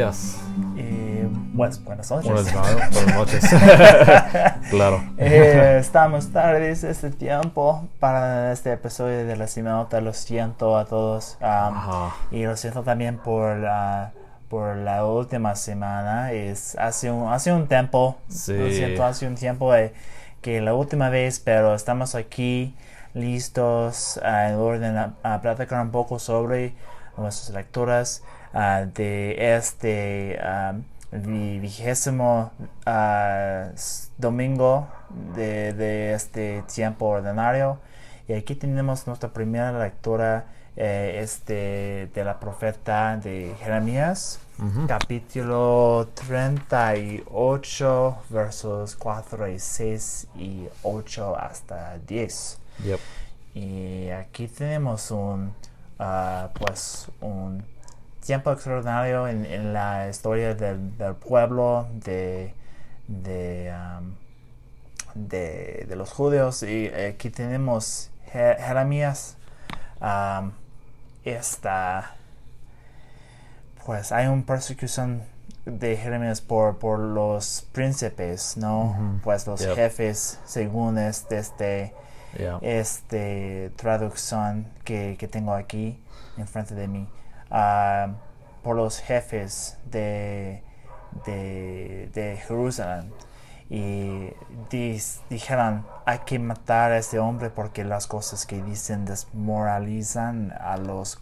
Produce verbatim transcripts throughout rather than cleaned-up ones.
días. Y pues, buenas noches. Buenas, no, buenas noches. Claro. Eh, estamos tardes este tiempo para este episodio de La Cimenota. Lo siento a todos. Um, Ajá. y lo siento también por la, por la última semana. Es hace un, hace un tiempo. Sí. Lo siento, hace un tiempo eh, que la última vez, pero estamos aquí listos uh, en orden a, a platicar un poco sobre nuestras lecturas uh, de este uh, vigésimo uh, domingo de, de este tiempo ordinario. Y aquí tenemos nuestra primera lectura eh, este, de la profeta de Jeremías, uh-huh. capítulo treinta y ocho, versos cuatro y seis y ocho hasta diez. Yep. Y aquí tenemos un uh, pues un tiempo extraordinario en, en la historia del, del pueblo de de, um, de de los judíos. Y aquí tenemos Jeremías. Um, esta pues hay una persecución de Jeremías por, por los príncipes, ¿no? Uh-huh. Pues los yep. jefes, según este, este Yeah. este traducción que, que tengo aquí enfrente de mí, uh, por los jefes de de, de Jerusalén, y dis, dijeron: hay que matar a este hombre porque las cosas que dicen desmoralizan a los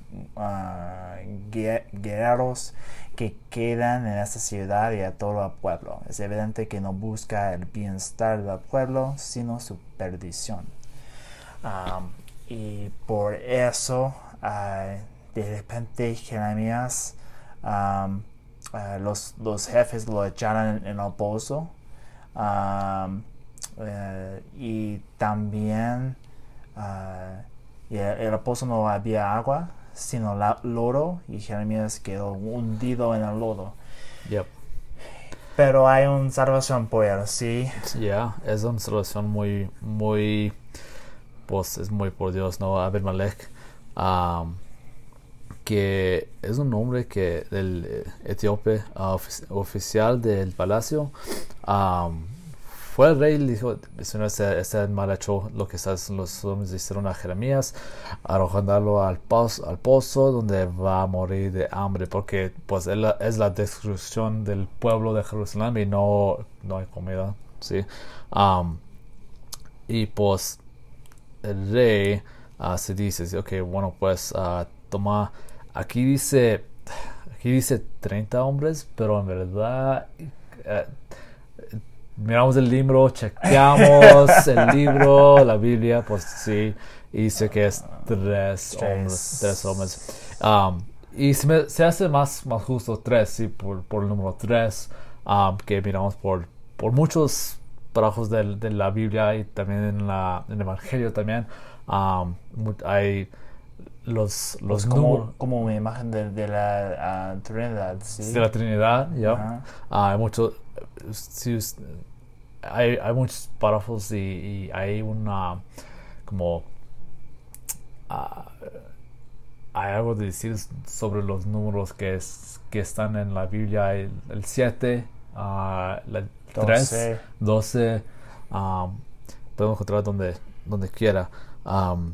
uh, guerreros que quedan en esta ciudad y a todo el pueblo. Es evidente que no busca el bienestar del pueblo, sino su perdición. Um, y por eso uh, de repente Jeremías um, uh, los, los jefes lo echaron en, en el pozo, um, uh, y también uh, y el, el pozo no había agua sino la, lodo, y Jeremías quedó hundido en el lodo. Yep. Pero hay una salvación por él, ¿sí? Ya, yeah, es una salvación muy muy pues es muy por Dios, ¿no? Abimelech, um, que es un hombre que el eh, etíope uh, ofici- oficial del palacio, um, fue el rey y dijo: Señor, este, este mal hecho lo que estás, los hombres hicieron a Jeremías, arrojándolo al pozo, al pozo donde va a morir de hambre, porque pues es la, es la destrucción del pueblo de Jerusalén y no, no hay comida, ¿sí? Um, y pues el rey uh, se dice, ok, bueno, pues uh, toma, aquí dice aquí dice treinta hombres, pero en verdad uh, miramos el libro, chequeamos el libro, la Biblia, pues sí, y dice que es tres, tres. hombres, tres hombres. Um, y se, me, se hace más, más justo tres, sí, por, por el número tres, um, que miramos por, por muchos trabajos de, de la Biblia y también en, la, en el Evangelio también. Um, hay los, los pues como, como una imagen de, de la uh, Trinidad, ¿sí? De la Trinidad, ya. Yeah. Uh, hay muchos... Sí, hay, hay muchos párrafos y, y hay una como uh, hay algo de decir sobre los números que es que están en la Biblia. El siete, uh, la tres, doce, um, podemos encontrar donde donde quiera, um,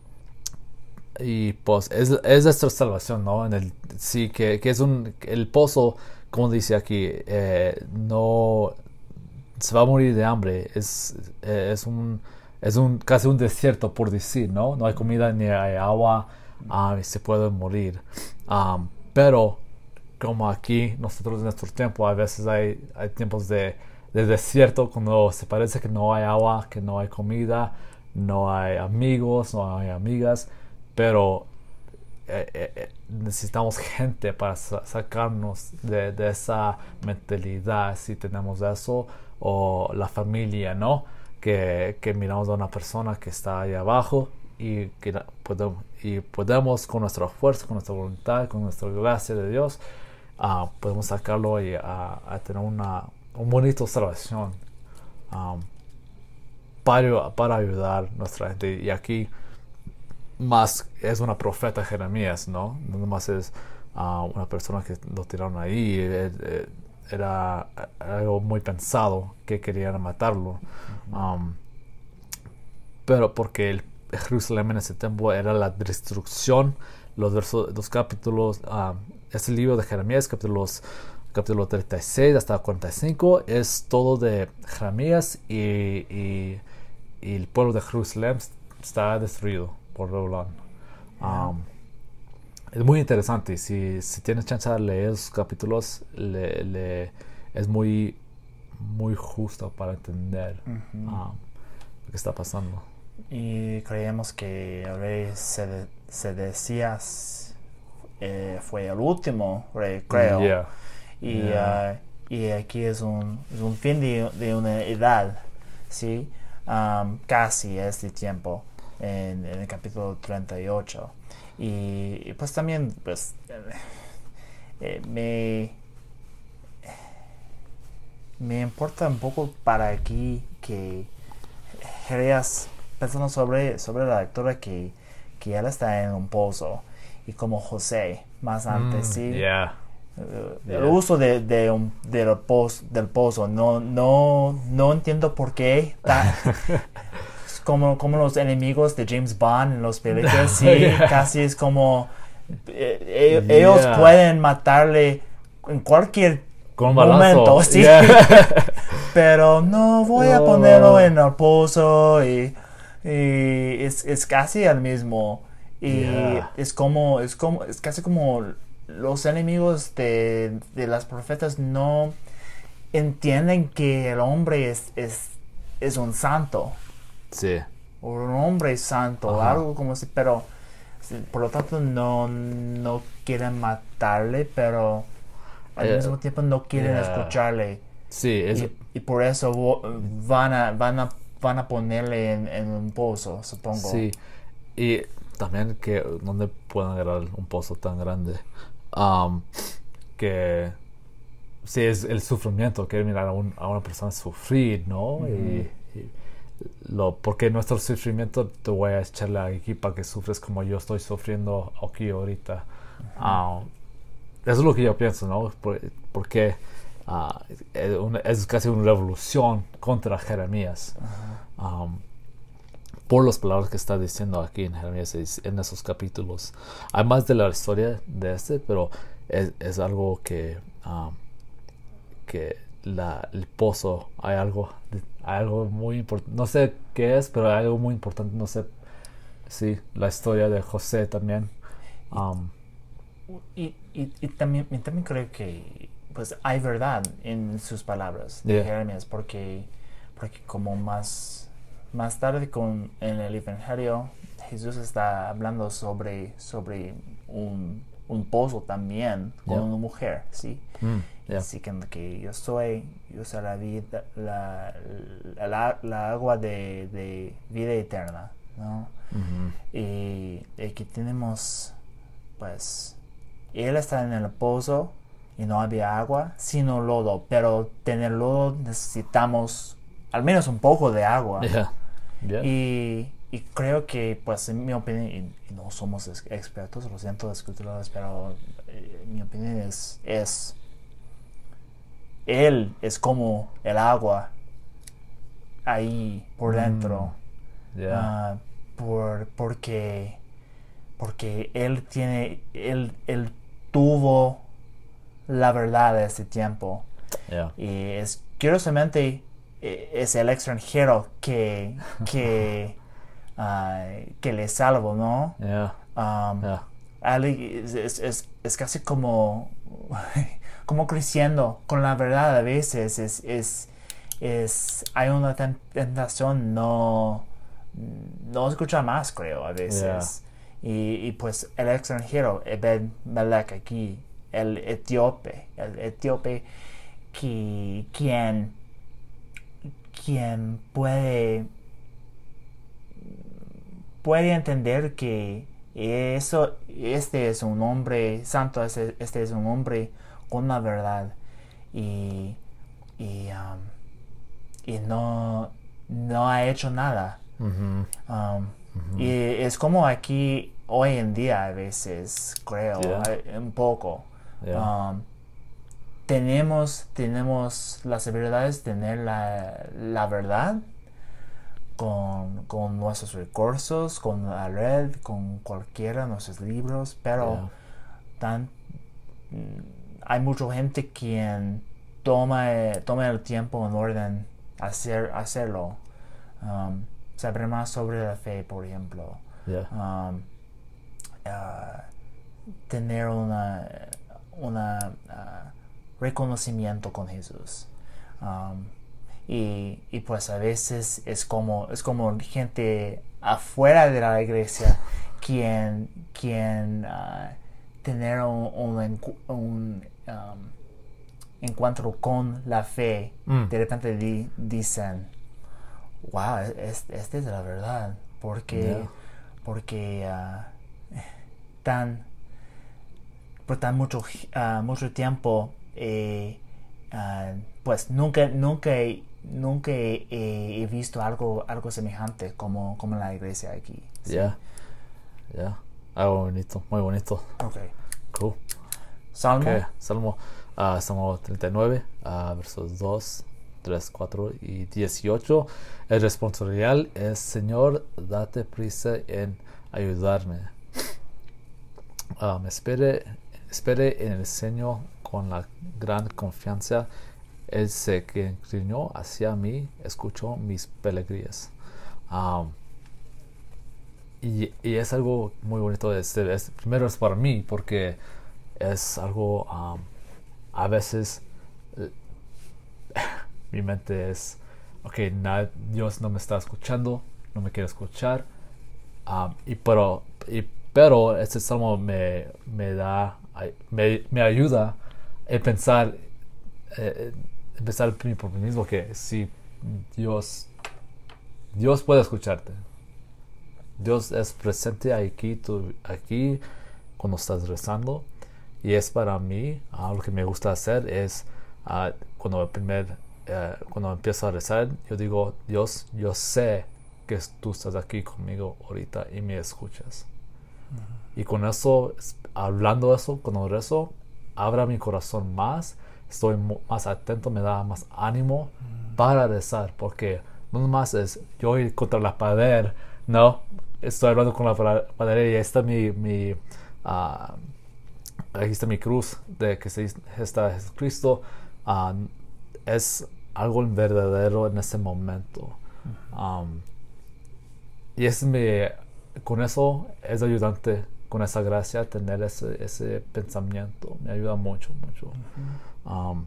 y pues es, es nuestra salvación, ¿no? En el sí que, que es un el pozo, como dice aquí, eh, no se va a morir de hambre. Es, es un es un casi un desierto por decir, ¿no? No hay comida ni hay agua, uh, y se puede morir. Um, pero como aquí nosotros en nuestro tiempo a veces hay, hay tiempos de, de desierto cuando se parece que no hay agua, que no hay comida, no hay amigos, no hay amigas, pero Eh, eh, necesitamos gente para sa- sacarnos de, de esa mentalidad, si tenemos eso, o la familia, ¿no? Que, que miramos a una persona que está ahí abajo y que podemos, y podemos con nuestra fuerza, con nuestra voluntad, con nuestra gracia de Dios, uh, podemos sacarlo y a, a tener una un bonito salvación, um, para, para ayudar a nuestra gente. Y aquí más es una profeta Jeremías, ¿no? No más es uh, una persona que lo tiraron ahí. Eh, eh, era algo muy pensado que querían matarlo. Uh-huh. Um, pero porque el Jerusalén en ese tiempo era la destrucción. Los versos, los capítulos, uh, este libro de Jeremías, capítulos, capítulo treinta y seis hasta cuarenta y cinco, es todo de Jeremías y, y, y el pueblo de Jerusalén está destruido por Babylon. Um, es muy interesante. Si, si tienes chance de leer esos capítulos, le, le, es muy, muy justo para entender uh-huh. um, lo que está pasando. Y creemos que el rey Sedecías eh, fue el último rey, creo. Yeah. Y, yeah. uh, y aquí es un, es un fin de, de una edad, ¿sí? Um, casi este tiempo, en, en el capítulo treinta y ocho. Y, y pues también, pues, eh, me, me importa un poco para aquí que Jeremías, pensando sobre, sobre la lectura que, que él está en un pozo, y como José, más antes, mm, ¿sí? Yeah. Uh, yeah. El uso de, de un, del, pozo, del pozo, no, no, no entiendo por qué. Ta, como, como los enemigos de James Bond en los películas, sí, yeah. Casi es como eh, eh, ellos yeah. pueden matarle en cualquier Con momento, sí. Yeah. Pero no voy a ponerlo en el pozo y, y es, es casi el mismo. Y yeah. es como, es como, es casi como los enemigos de, de las profetas no entienden que el hombre es, es, es un santo. Sí. O un hombre santo, uh-huh. algo como así, pero por lo tanto no, no quieren matarle, pero al uh, mismo tiempo no quieren yeah. escucharle. Sí, es... y, y por eso van a, van a, van a ponerle en, en un pozo, supongo. Sí, y también que donde pueden agarrar un pozo tan grande, um, que sí es el sufrimiento, que mirar a, un, a una persona sufrir, ¿no? Mm-hmm. y, y lo, porque nuestro sufrimiento te voy a echarle aquí para que sufres como yo estoy sufriendo aquí ahorita. Mm-hmm. um, eso es lo que yo pienso, ¿no? Por, porque uh, es, una, es casi una revolución contra Jeremías. Uh-huh. um, por las palabras que está diciendo aquí en Jeremías, en esos capítulos. Además de la historia de este, pero es, es algo que, um, que la, el pozo, hay algo, hay algo muy importante, no sé qué es, pero hay algo muy importante, no sé, sí, la historia de José también. Um, y, y, y, también, y también creo que pues hay verdad en sus palabras de yeah. Jeremías, porque, porque como más... Más tarde con, en el Evangelio, Jesús está hablando sobre, sobre un, un pozo también con yeah. una mujer, ¿sí? Mm, yeah. Así que, que yo soy, yo soy la, vida, la, la, la agua de, de vida eterna, ¿no? Mm-hmm. Y aquí tenemos, pues, él está en el pozo y no había agua, sino lodo, pero tener lodo necesitamos al menos un poco de agua. Yeah. Yeah. Y, y creo que, pues, en mi opinión, y, y no somos expertos, lo siento, escritores, pero eh, mi opinión es, es, él es como el agua ahí por dentro. Mm. Yeah. Uh, por, porque, porque él tiene, él, él tuvo la verdad de este tiempo. Yeah. Y es, curiosamente, es el extranjero que que, uh, que le salvo, ¿no? Yeah. Um, yeah. Es, es, es casi como como creciendo con la verdad a veces. Es, es, es, hay una tentación no, no escuchar más, creo, a veces. Yeah. Y, y pues el extranjero, Ebed Melech aquí, el etíope, el etíope que, quien quien puede puede entender que eso este es un hombre santo, este, este es un hombre con la verdad y y, um, y no no ha hecho nada. Mm-hmm. Um, mm-hmm. Y es como aquí hoy en día a veces creo Yeah. hay- un poco Yeah. um, tenemos tenemos las habilidades de tener la, la verdad con, con nuestros recursos, con la red, con cualquiera de nuestros libros, pero Yeah. tan, hay mucha gente quien toma, toma el tiempo en orden hacer, hacerlo. Um, saber más sobre la fe, por ejemplo. Yeah. Um, uh, tener una, una uh, reconocimiento con Jesús. Um, y, y pues a veces es como, es como gente afuera de la iglesia quien, quien uh, tener un, un, un um, encuentro con la fe, Mm. de repente di, dicen, wow, es, esta es la verdad, porque, Yeah. porque uh, tan, por tan mucho, uh, mucho tiempo, eh, uh, pues nunca, nunca, nunca he, he visto algo, algo semejante como, como en la iglesia aquí. ¿Sí? Yeah. Yeah. Algo bonito, muy bonito. Okay. Cool. Salmo. Okay. Salmo, uh, Salmo treinta y nueve, uh, versos dos, tres, cuatro y dieciocho. El responsorial es: Señor, date prisa en ayudarme. Um, espere, espere en el Señor con la gran confianza. Él se que inclinó hacia mí, escuchó mis peregrinas. Um, y, y es algo muy bonito. Es, es, primero es para mí, porque es algo, um, a veces eh, mi mente es, ok, na, Dios no me está escuchando, no me quiere escuchar, um, y pero, y, pero este salmo me, me da, me, me ayuda a pensar, eh, empezar por mí mismo, que si Dios, Dios puede escucharte. Dios es presente aquí, tú, aquí cuando estás rezando, y es para mí, uh, lo que me gusta hacer es uh, cuando, primer, uh, cuando empiezo a rezar, yo digo, Dios, yo sé que tú estás aquí conmigo ahorita y me escuchas. Uh-huh. Y con eso, hablando eso, cuando rezo, abra mi corazón más, estoy más atento, me da más ánimo uh-huh. para rezar, porque no nomás es yo ir contra la pared, no, estoy hablando con la pared y ahí está mi, mi uh, aquí está mi cruz de que está Jesucristo. Uh, es algo verdadero en ese momento. Um, y es mi, con eso es ayudante, con esa gracia, tener ese, ese pensamiento. Me ayuda mucho, mucho. Uh-huh. Um,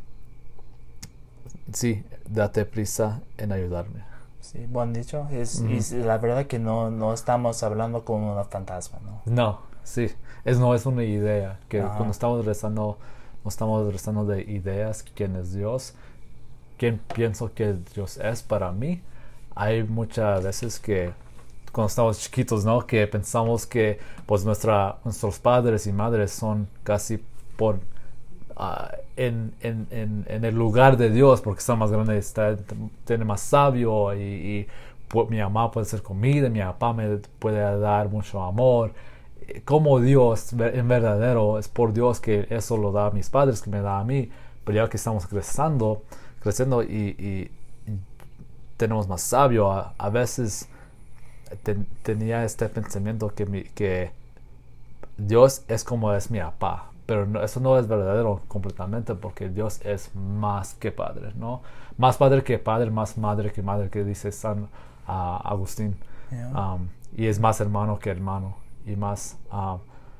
sí, date prisa en ayudarme. Sí, buen dicho. Es, Mm-hmm. es la verdad que no, no estamos hablando con un fantasma, ¿no? No, sí. Es, no es una idea. Que Ajá. cuando estamos rezando, no estamos rezando de ideas, quién es Dios, quién pienso que Dios es para mí. Hay muchas veces que cuando estamos chiquitos, ¿no? Que pensamos que pues nuestra, nuestros padres y madres son casi por uh, en, en, en, en el lugar de Dios, porque está más grande, está, tiene más sabio, y, y pues, mi mamá puede hacer comida, mi papá me puede dar mucho amor. Como Dios en verdadero es por Dios que eso lo da a mis padres, que me da a mí. Pero ya que estamos creciendo, creciendo y, y, y tenemos más sabio, a, a veces ten, tenía este pensamiento que, mi, que Dios es como es mi papá. Pero no, eso no es verdadero completamente, porque Dios es más que padre, ¿no? Más padre que padre, más madre que madre, que dice San uh, Agustín. Yeah. Um, y es más hermano que hermano, y más uh,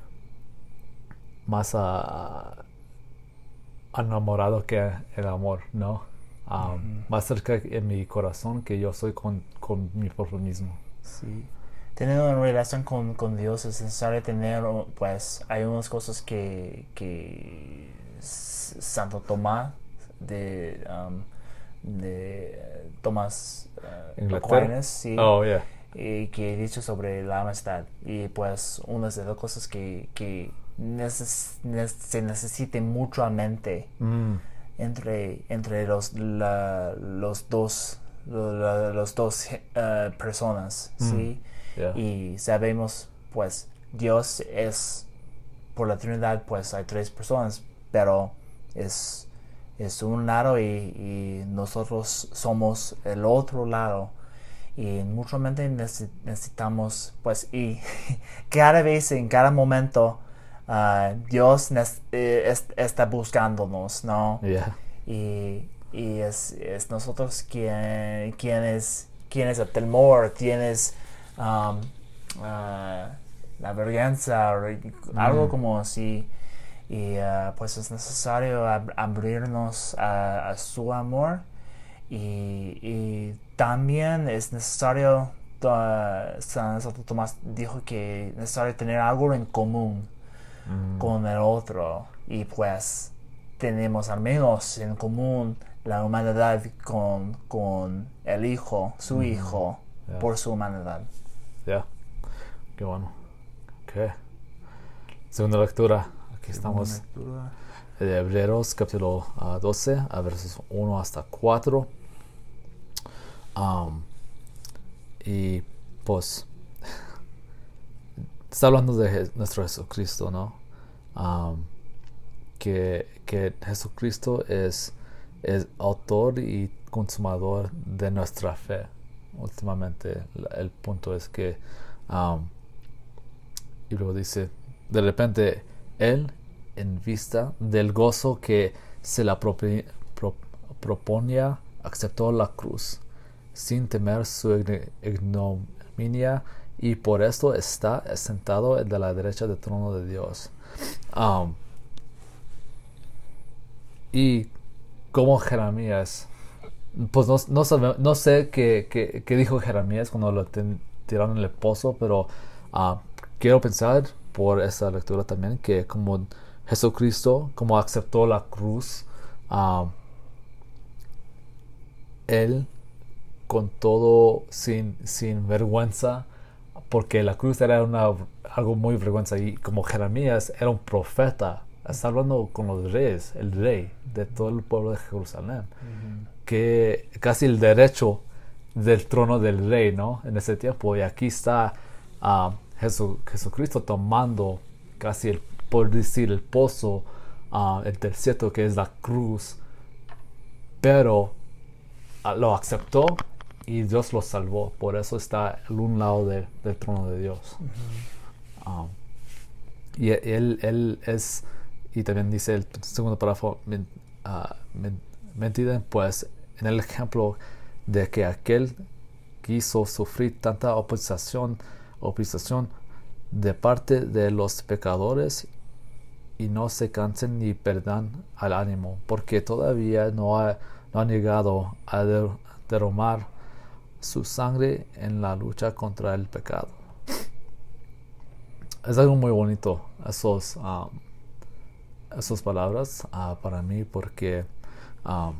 más uh, enamorado que el amor, ¿no? Um, mm-hmm. Más cerca en mi corazón que yo soy con, con mi propio mismo. Sí. Teniendo una relación con, con Dios es necesario tener, pues, hay unas cosas que, que Santo Tomás de, um, de Tomás uh, Aquinas, sí, oh, yeah. y que he dicho sobre la amistad. Y pues una de las cosas que, que neces, neces, se necesite mutuamente mm. entre, entre los, la, los dos, la, los dos uh, personas, mm. ¿sí? Yeah. Y sabemos, pues, Dios es, por la Trinidad, pues hay tres personas, pero es, es un lado y, y nosotros somos el otro lado. Y mutuamente necesitamos, pues, y cada vez, en cada momento, uh, Dios eh, es, está buscándonos, ¿no? Yeah. Y, y es, es nosotros quien, quienes, quienes el temor, quienes um, uh, la vergüenza, mm. algo como así. Y uh, pues es necesario ab- abrirnos a, a su amor. Y, y también es necesario, uh, San Santo Tomás dijo que es necesario tener algo en común mm. con el otro. Y pues tenemos al menos en común la humanidad con, con el Hijo, su mm. Hijo, yeah. por su humanidad. Ya, yeah. Qué bueno. Ok. Segunda lectura. Aquí Segunda estamos. Lectura. De Hebreos capítulo uh, doce, a versos uno hasta cuatro. Um, y pues está hablando de Je- nuestro Jesucristo, ¿no? Um, que, que Jesucristo es, es autor y consumador de nuestra fe. Últimamente el punto es que um, y luego dice, de repente Él, en vista del gozo que se le propri- pro- proponía, aceptó la cruz sin temer su ignominia, y por esto está sentado de la derecha del trono de Dios. Um, y como Jeremías, pues no, no, sabe, no sé qué, qué, qué dijo Jeremías cuando lo ten, tiraron en el pozo, pero uh, quiero pensar por esta lectura también que como Jesucristo, como aceptó la cruz, uh, Él con todo, sin, sin vergüenza, porque la cruz era una, algo muy vergüenza, y como Jeremías era un profeta, está hablando con los reyes, el rey de todo el pueblo de Jerusalén, uh-huh. que casi el derecho del trono del rey, ¿no? En ese tiempo, y aquí está uh, Jesu, Jesucristo tomando casi, el, por decir, el pozo, uh, el desierto que es la cruz, pero uh, lo aceptó y Dios lo salvó. Por eso está en un lado de, del trono de Dios. Uh-huh. um, y él, él es, y también dice el segundo párrafo, men, uh, men, mentira pues en el ejemplo de que aquel quiso sufrir tanta oposición, oposición de parte de los pecadores, y no se cansen ni perdan al ánimo, porque todavía no ha, no han llegado a der, derramar su sangre en la lucha contra el pecado. Es algo muy bonito esos um, esas palabras uh, para mí, porque um,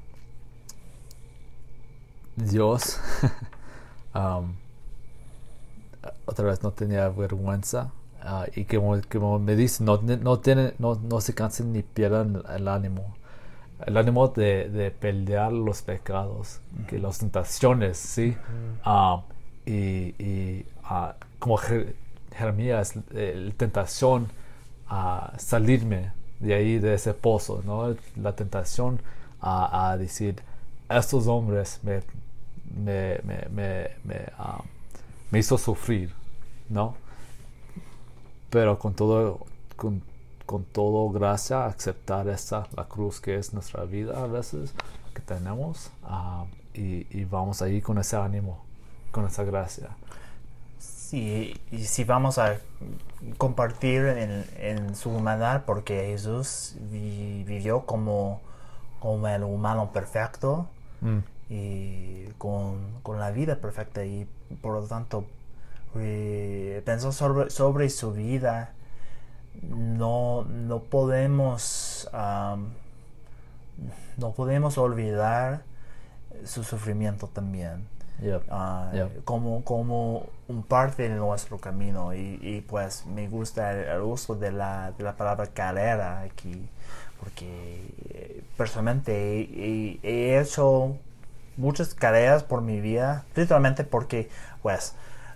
Dios um, otra vez no tenía vergüenza, uh, y como, como me dice, no, no, tiene, no, no se cansen ni pierdan el ánimo. El ánimo de, de pelear los pecados, uh-huh. que las tentaciones, ¿sí? Uh-huh. Uh, y y uh, como Jer- Jeremías, la tentación a uh, salirme de ahí, de ese pozo, ¿no? La tentación a, a decir, estos hombres me, me, me, me, me, uh, me hizo sufrir, ¿no? Pero con todo, con con todo gracia aceptar esta, la cruz que es nuestra vida a veces que tenemos, uh, y, y vamos ahí con ese ánimo, con esa gracia. Sí, y si vamos a compartir en, en su humanidad, porque Jesús vi, vivió como, como el humano perfecto, mm. y con, con la vida perfecta, y por lo tanto eh, pensó sobre, sobre su vida. No, no podemos um, no podemos olvidar su sufrimiento también, yep. Uh, Yep. como, como un parte de nuestro camino, y, y pues me gusta el, el uso de la, de la palabra carrera aquí, porque eh, personalmente he, he hecho muchas carreras por mi vida, literalmente porque pues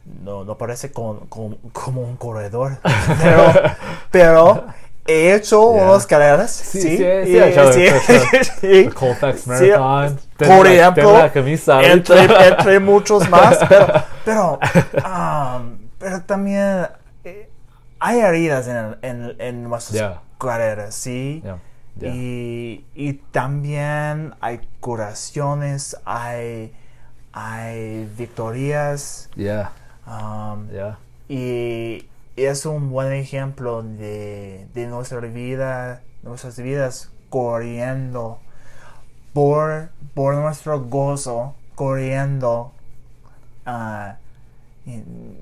no, no parece con, con, como un corredor, pero, pero he hecho Yeah. unas carreras, Sí, sí, sí, sí, y- he hecho- sí, he hecho- sí. El Colfax Marathon. Tengo Por la- ejemplo, tengo la camisa ahorita. entre, entre muchos más, pero, pero, um, pero también eh, hay heridas en, en, en nuestras Yeah. carreras, ¿sí? Yeah, yeah. Y, y también hay curaciones, hay, hay victorias, Yeah, um, yeah. y es un buen ejemplo de, de nuestra vida, nuestras vidas corriendo por, por nuestro gozo, corriendo ah, en-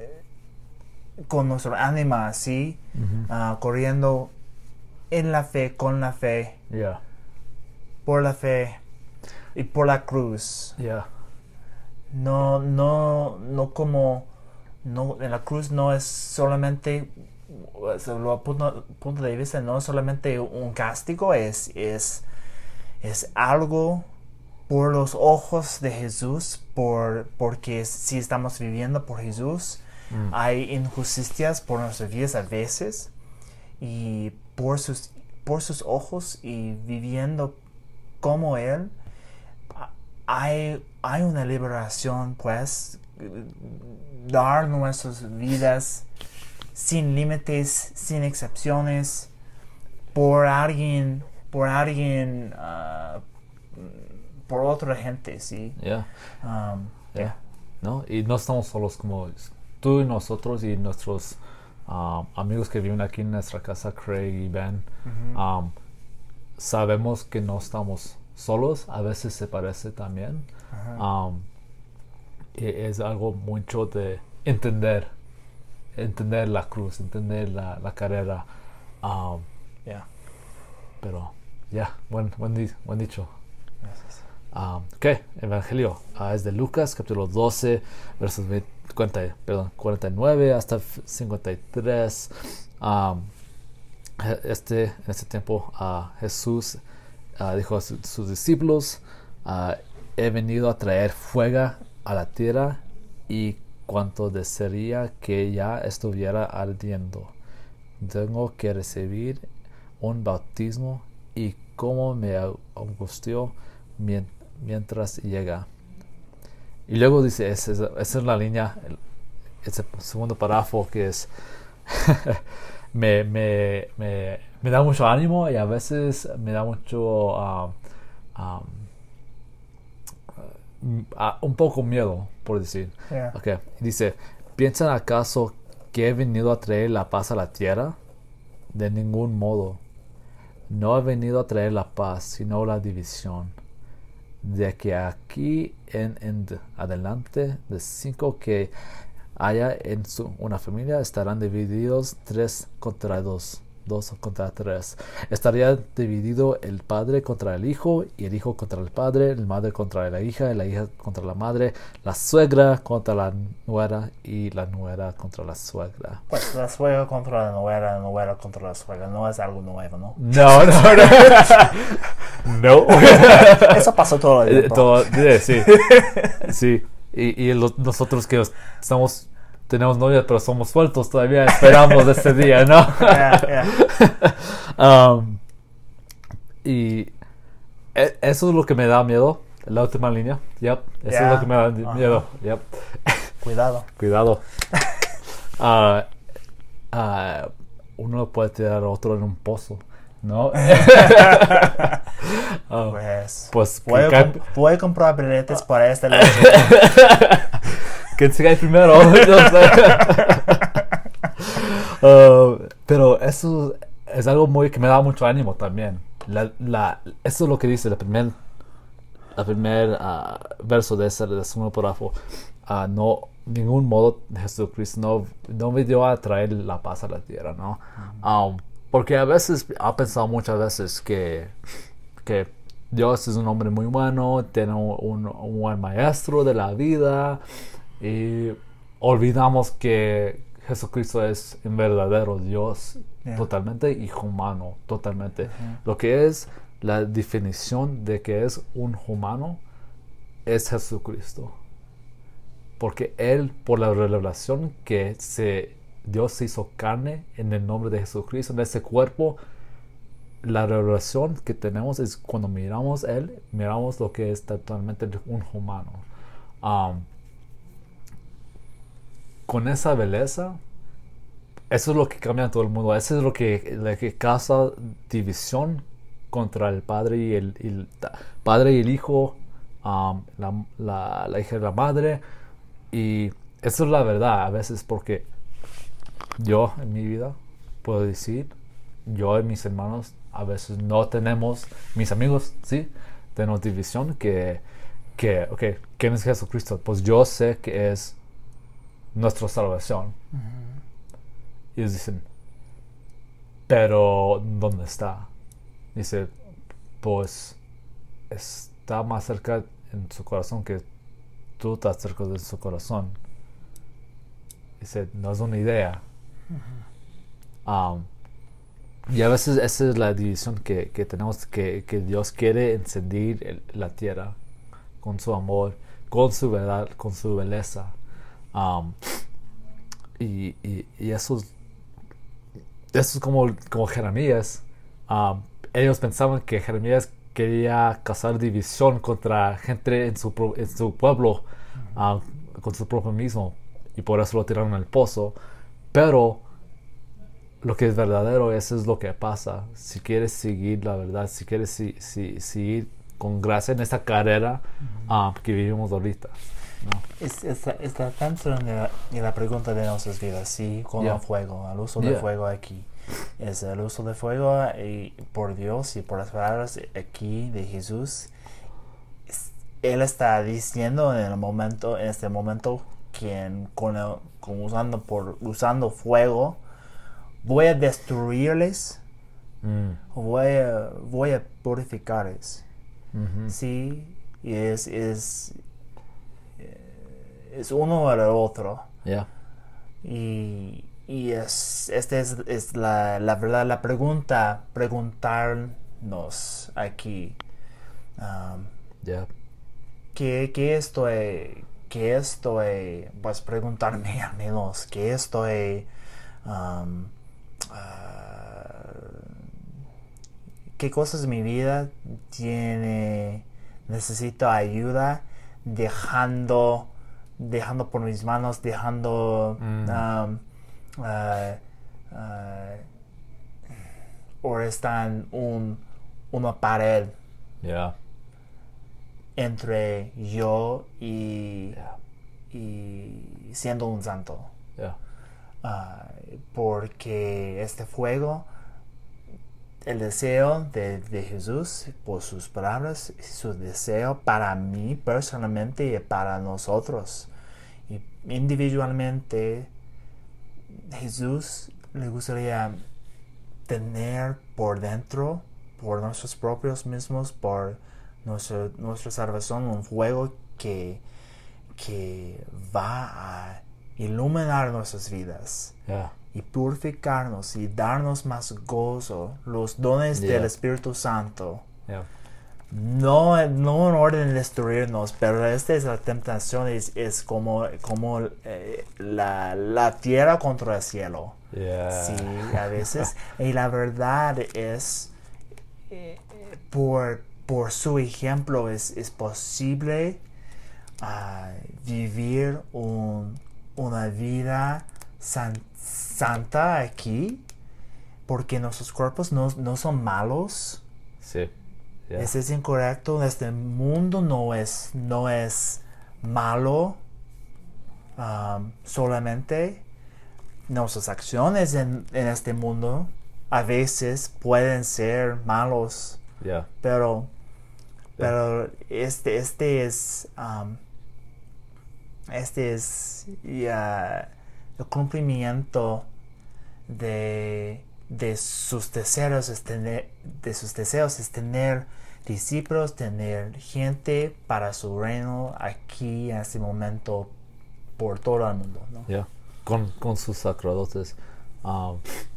con nuestro ánima, ¿sí? Mhm. Ah, corriendo en la fe, con la fe, Yeah, por la fe y por la cruz. yeah. No, no, no como, no, en la cruz no es solamente, desde el punto, punto de vista, no es solamente un castigo, es, es, es algo por los ojos de Jesús, por, porque si estamos viviendo por Jesús, Mm. hay injusticias por nuestras vidas a veces, y por sus, por sus ojos y viviendo como Él, hay, hay una liberación, pues, dar nuestras vidas sin límites, sin excepciones, por alguien, por alguien, uh, por otra gente, ¿sí? Yeah, Um, yeah. ¿No? Y no estamos solos como tú y nosotros y nuestros um, amigos que viven aquí en nuestra casa, Craig y Ben. Ujú. Um, sabemos que no estamos solos, a veces se parece también. Ajá. Um, y es algo mucho de entender, entender la cruz, entender la, la carrera. Um, Yeah. pero, ya, yeah, buen, buen, di- buen dicho. Gracias. Um, ok, Evangelio uh, es de Lucas, capítulo doce, versos veinte, cuarenta, perdón, cuarenta y nueve hasta cincuenta y tres. Um, este, en este tiempo uh, Jesús uh, dijo a su- sus discípulos, uh, he venido a traer fuego a la tierra y cuanto desearía que ya estuviera ardiendo. Tengo que recibir un bautismo y cómo me angustió mien- mientras llega. Y luego dice, esa es, esa es la línea, el- ese segundo párrafo que es, me, me, me, me da mucho ánimo y a veces me da mucho, um, um, uh, uh, un poco miedo, por decir. Yeah. Okay. Dice, ¿piensan acaso que he venido a traer la paz a la tierra? De ningún modo. No he venido a traer la paz, sino la división. De que aquí en, en adelante, de cinco que haya en su, una familia, estarán divididos tres contra dos. Dos contra tres. Estaría dividido el padre contra el hijo, y el hijo contra el padre, la madre contra la hija, y la hija contra la madre, la suegra contra la nuera, y la nuera contra la suegra. Pues la suegra contra la nuera, la nuera contra la suegra, no es algo nuevo, ¿no? No, no, no. No. Eso pasó todo el Eh, tiempo. todo- eh, sí. Sí. Y, y los- nosotros que estamos, tenemos novia, pero somos sueltos todavía, esperamos ese día, ¿no? Yeah, yeah. Um, y e- eso es lo que me da miedo, la última línea. Yep, eso Yeah. es lo que me da Ajá. miedo. Yep. Cuidado. Cuidado. Ah, ah, uno puede tirar a otro en un pozo, ¿no? Ah, Pues, pues voy, a que- comp- voy a comprar billetes para esta noche. que se cae primero. No sé. Uh, pero eso es algo muy que me da mucho ánimo también. La, la, eso es lo que dice el primer, el primer uh, verso de ese de segundo párrafo. Uh, no, de ningún modo Jesucristo no, no me dio a traer la paz a la tierra, ¿no? Um, porque a veces, ha pensado muchas veces que, que Dios es un hombre muy bueno, tiene un, un, un buen maestro de la vida, y olvidamos que Jesucristo es un verdadero Dios, Yeah. totalmente, y humano, totalmente. Ujú. Lo que es la definición de que es un humano es Jesucristo. porque Él, por la revelación que se, Dios se hizo carne en el nombre de Jesucristo, en ese cuerpo, la revelación que tenemos es cuando miramos a Él, miramos lo que es totalmente un humano. Um, con esa belleza, eso es lo que cambia a todo el mundo. Eso es lo que, lo que causa división contra el padre y el, y el padre y el hijo, um, la, la, la hija y la madre. Y eso es la verdad a veces, porque yo en mi vida puedo decir, yo y mis hermanos a veces no tenemos, mis amigos, sí, tenemos división que, que ok, ¿quién es Jesucristo? Pues yo sé que es nuestra salvación. Uh-huh. Y ellos dicen, pero ¿dónde está? Dice, pues está más cerca en su corazón que tú estás cerca de su corazón. Dice, no es una idea. Uh-huh. Um, y a veces esa es la división que, que tenemos, que, que Dios quiere encender el, la tierra con su amor, con su verdad, con su belleza. Um, y, y, y eso es, eso es como, como Jeremías. Um, ellos pensaban que Jeremías quería causar división contra gente en su, en su pueblo, uh, con su propio mismo, y por eso lo tiraron al pozo. Pero lo que es verdadero, eso es lo que pasa. Si quieres seguir la verdad, si quieres si, si, seguir con gracia en esta carrera uh-huh. um, que vivimos ahorita, ¿no? Es, está, está tanto en la, en la pregunta de nuestras vidas, sí, con yeah. el fuego, el uso yeah. del fuego aquí. Es el uso del fuego y por Dios y por las palabras aquí de Jesús. Es, Él está diciendo en el momento, en este momento, que con, el, con usando, por, usando fuego, voy a destruirles, mm. voy, a, voy a purificarles. Mm-hmm. Sí, y es, es, es uno al otro. Yeah. Y, y es, esta es, es la, la verdad, la pregunta, preguntarnos aquí. Um, yeah. ¿qué, qué estoy, qué estoy, pues preguntarme al menos, qué estoy... Um, Uh, qué cosas en mi vida tiene necesito ayuda dejando dejando por mis manos dejando mm. um, uh, uh, o están un una pared yeah. entre yo y yeah. y siendo un santo. Yeah. Uh, porque este fuego, el deseo de, de Jesús por sus palabras, su deseo para mí personalmente y para nosotros y individualmente, Jesús le gustaría tener por dentro, por nosotros propios mismos, por nuestra, nuestra salvación, un fuego que, que va a iluminar nuestras vidas yeah. y purificarnos y darnos más gozo, los dones yeah. del Espíritu Santo. Yeah. No, no en orden de destruirnos, pero esta es la tentación, es, es como, como eh, la, la tierra contra el cielo. Yeah. Sí, a veces. Y la verdad es, eh, por, por su ejemplo, es, es posible uh, vivir un una vida san, santa aquí, porque nuestros cuerpos no, no son malos. Sí. Yeah. Eso es incorrecto. Este mundo no es, no es malo. Um, solamente nuestras acciones en, en este mundo a veces pueden ser malos. Yeah. Pero, yeah. pero este, este es... Um, Este es uh, el cumplimiento de, de sus deseos, es tener, de sus deseos es tener discípulos, tener gente para su reino aquí en este momento por todo el mundo, ¿no? Yeah. Con, con sus sacerdotes. Um,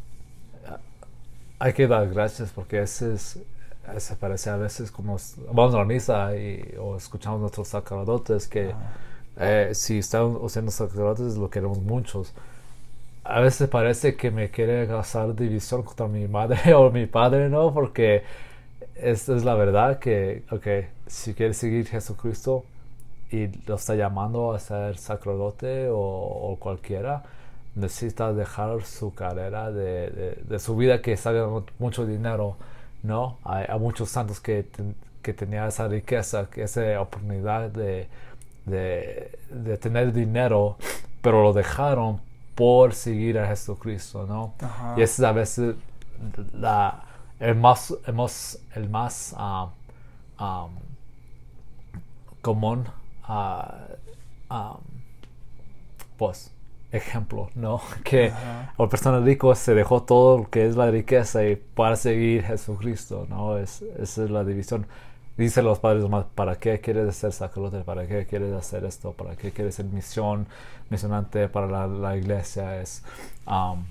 hay que dar gracias porque ese es, se parece a veces como vamos a la misa y, o escuchamos nuestros sacerdotes que uh-huh. Eh, si están usando sacerdotes, lo queremos muchos. A veces parece que me quiere causar división contra mi madre o mi padre, ¿no? Porque esta es la verdad que, ok, si quieres seguir Jesucristo y lo está llamando a ser sacerdote o, o cualquiera, necesita dejar su carrera de, de, de su vida que salga mucho dinero, ¿no? Hay, hay muchos santos que, ten, que tenían esa riqueza, esa oportunidad de, de, de tener dinero, pero lo dejaron por seguir a Jesucristo, ¿no? Ajá. Y ese es a veces la, el más, el más, el más um, um, común uh, um, pues ejemplo, ¿no? Que Ajá. la persona rica se dejó todo lo que es la riqueza y para seguir a Jesucristo, ¿no? Es, esa es la división. Dicen los padres, ¿para qué quieres ser sacerdote? ¿Para qué quieres hacer esto? ¿Para qué quieres ser misión, misionante para la, la iglesia? Es, um,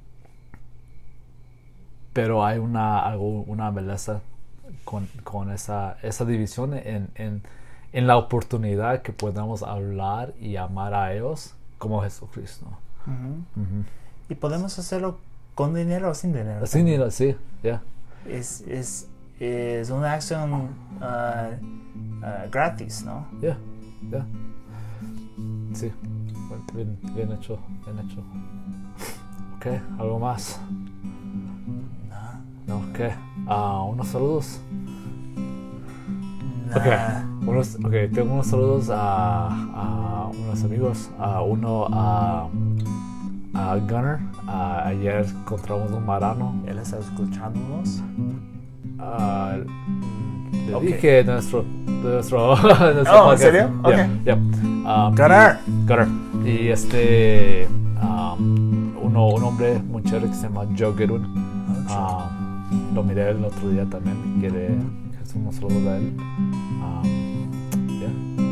pero hay una, algo, una belleza con, con esa, esa división en, en, en la oportunidad que podamos hablar y amar a ellos como Jesucristo. Uh-huh. Uh-huh. Y podemos hacerlo con dinero o sin dinero. Sin dinero, sí, ya. Yeah. Es, es, es una acción uh, uh, gratis, ¿no? Ya, yeah, ya. Yeah. Sí, bien, bien hecho, bien hecho. Ok, ¿algo más? No. Ok, uh, unos saludos. Nah. Ok, unos, okay, tengo unos saludos a, a unos amigos. A uno a, a Gunner. A, ayer encontramos un marano. ¿Él está escuchándonos? Uh, le Okay. dije nuestro, nuestro, nuestro Oh, ¿en serio? Yeah, okay. yeah. Um, Gunner. Y, Gunner. Y este, um, uno, un hombre muy chévere que se llama Joe Goodwin. Oh, Um, lo miré el otro día también. Quiere que hacemos saludos a él. Um, yeah.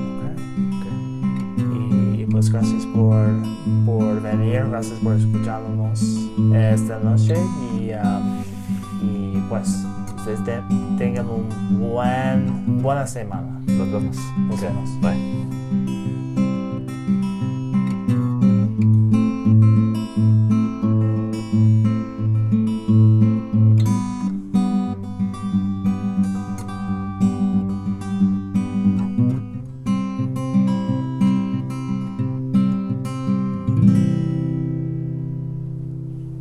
Okay. Okay. Y pues gracias por, por venir, gracias por escucharnos esta noche y, um, y pues ustedes te, tengan un buen buena semana. Nos vemos. Nos vemos. Bye.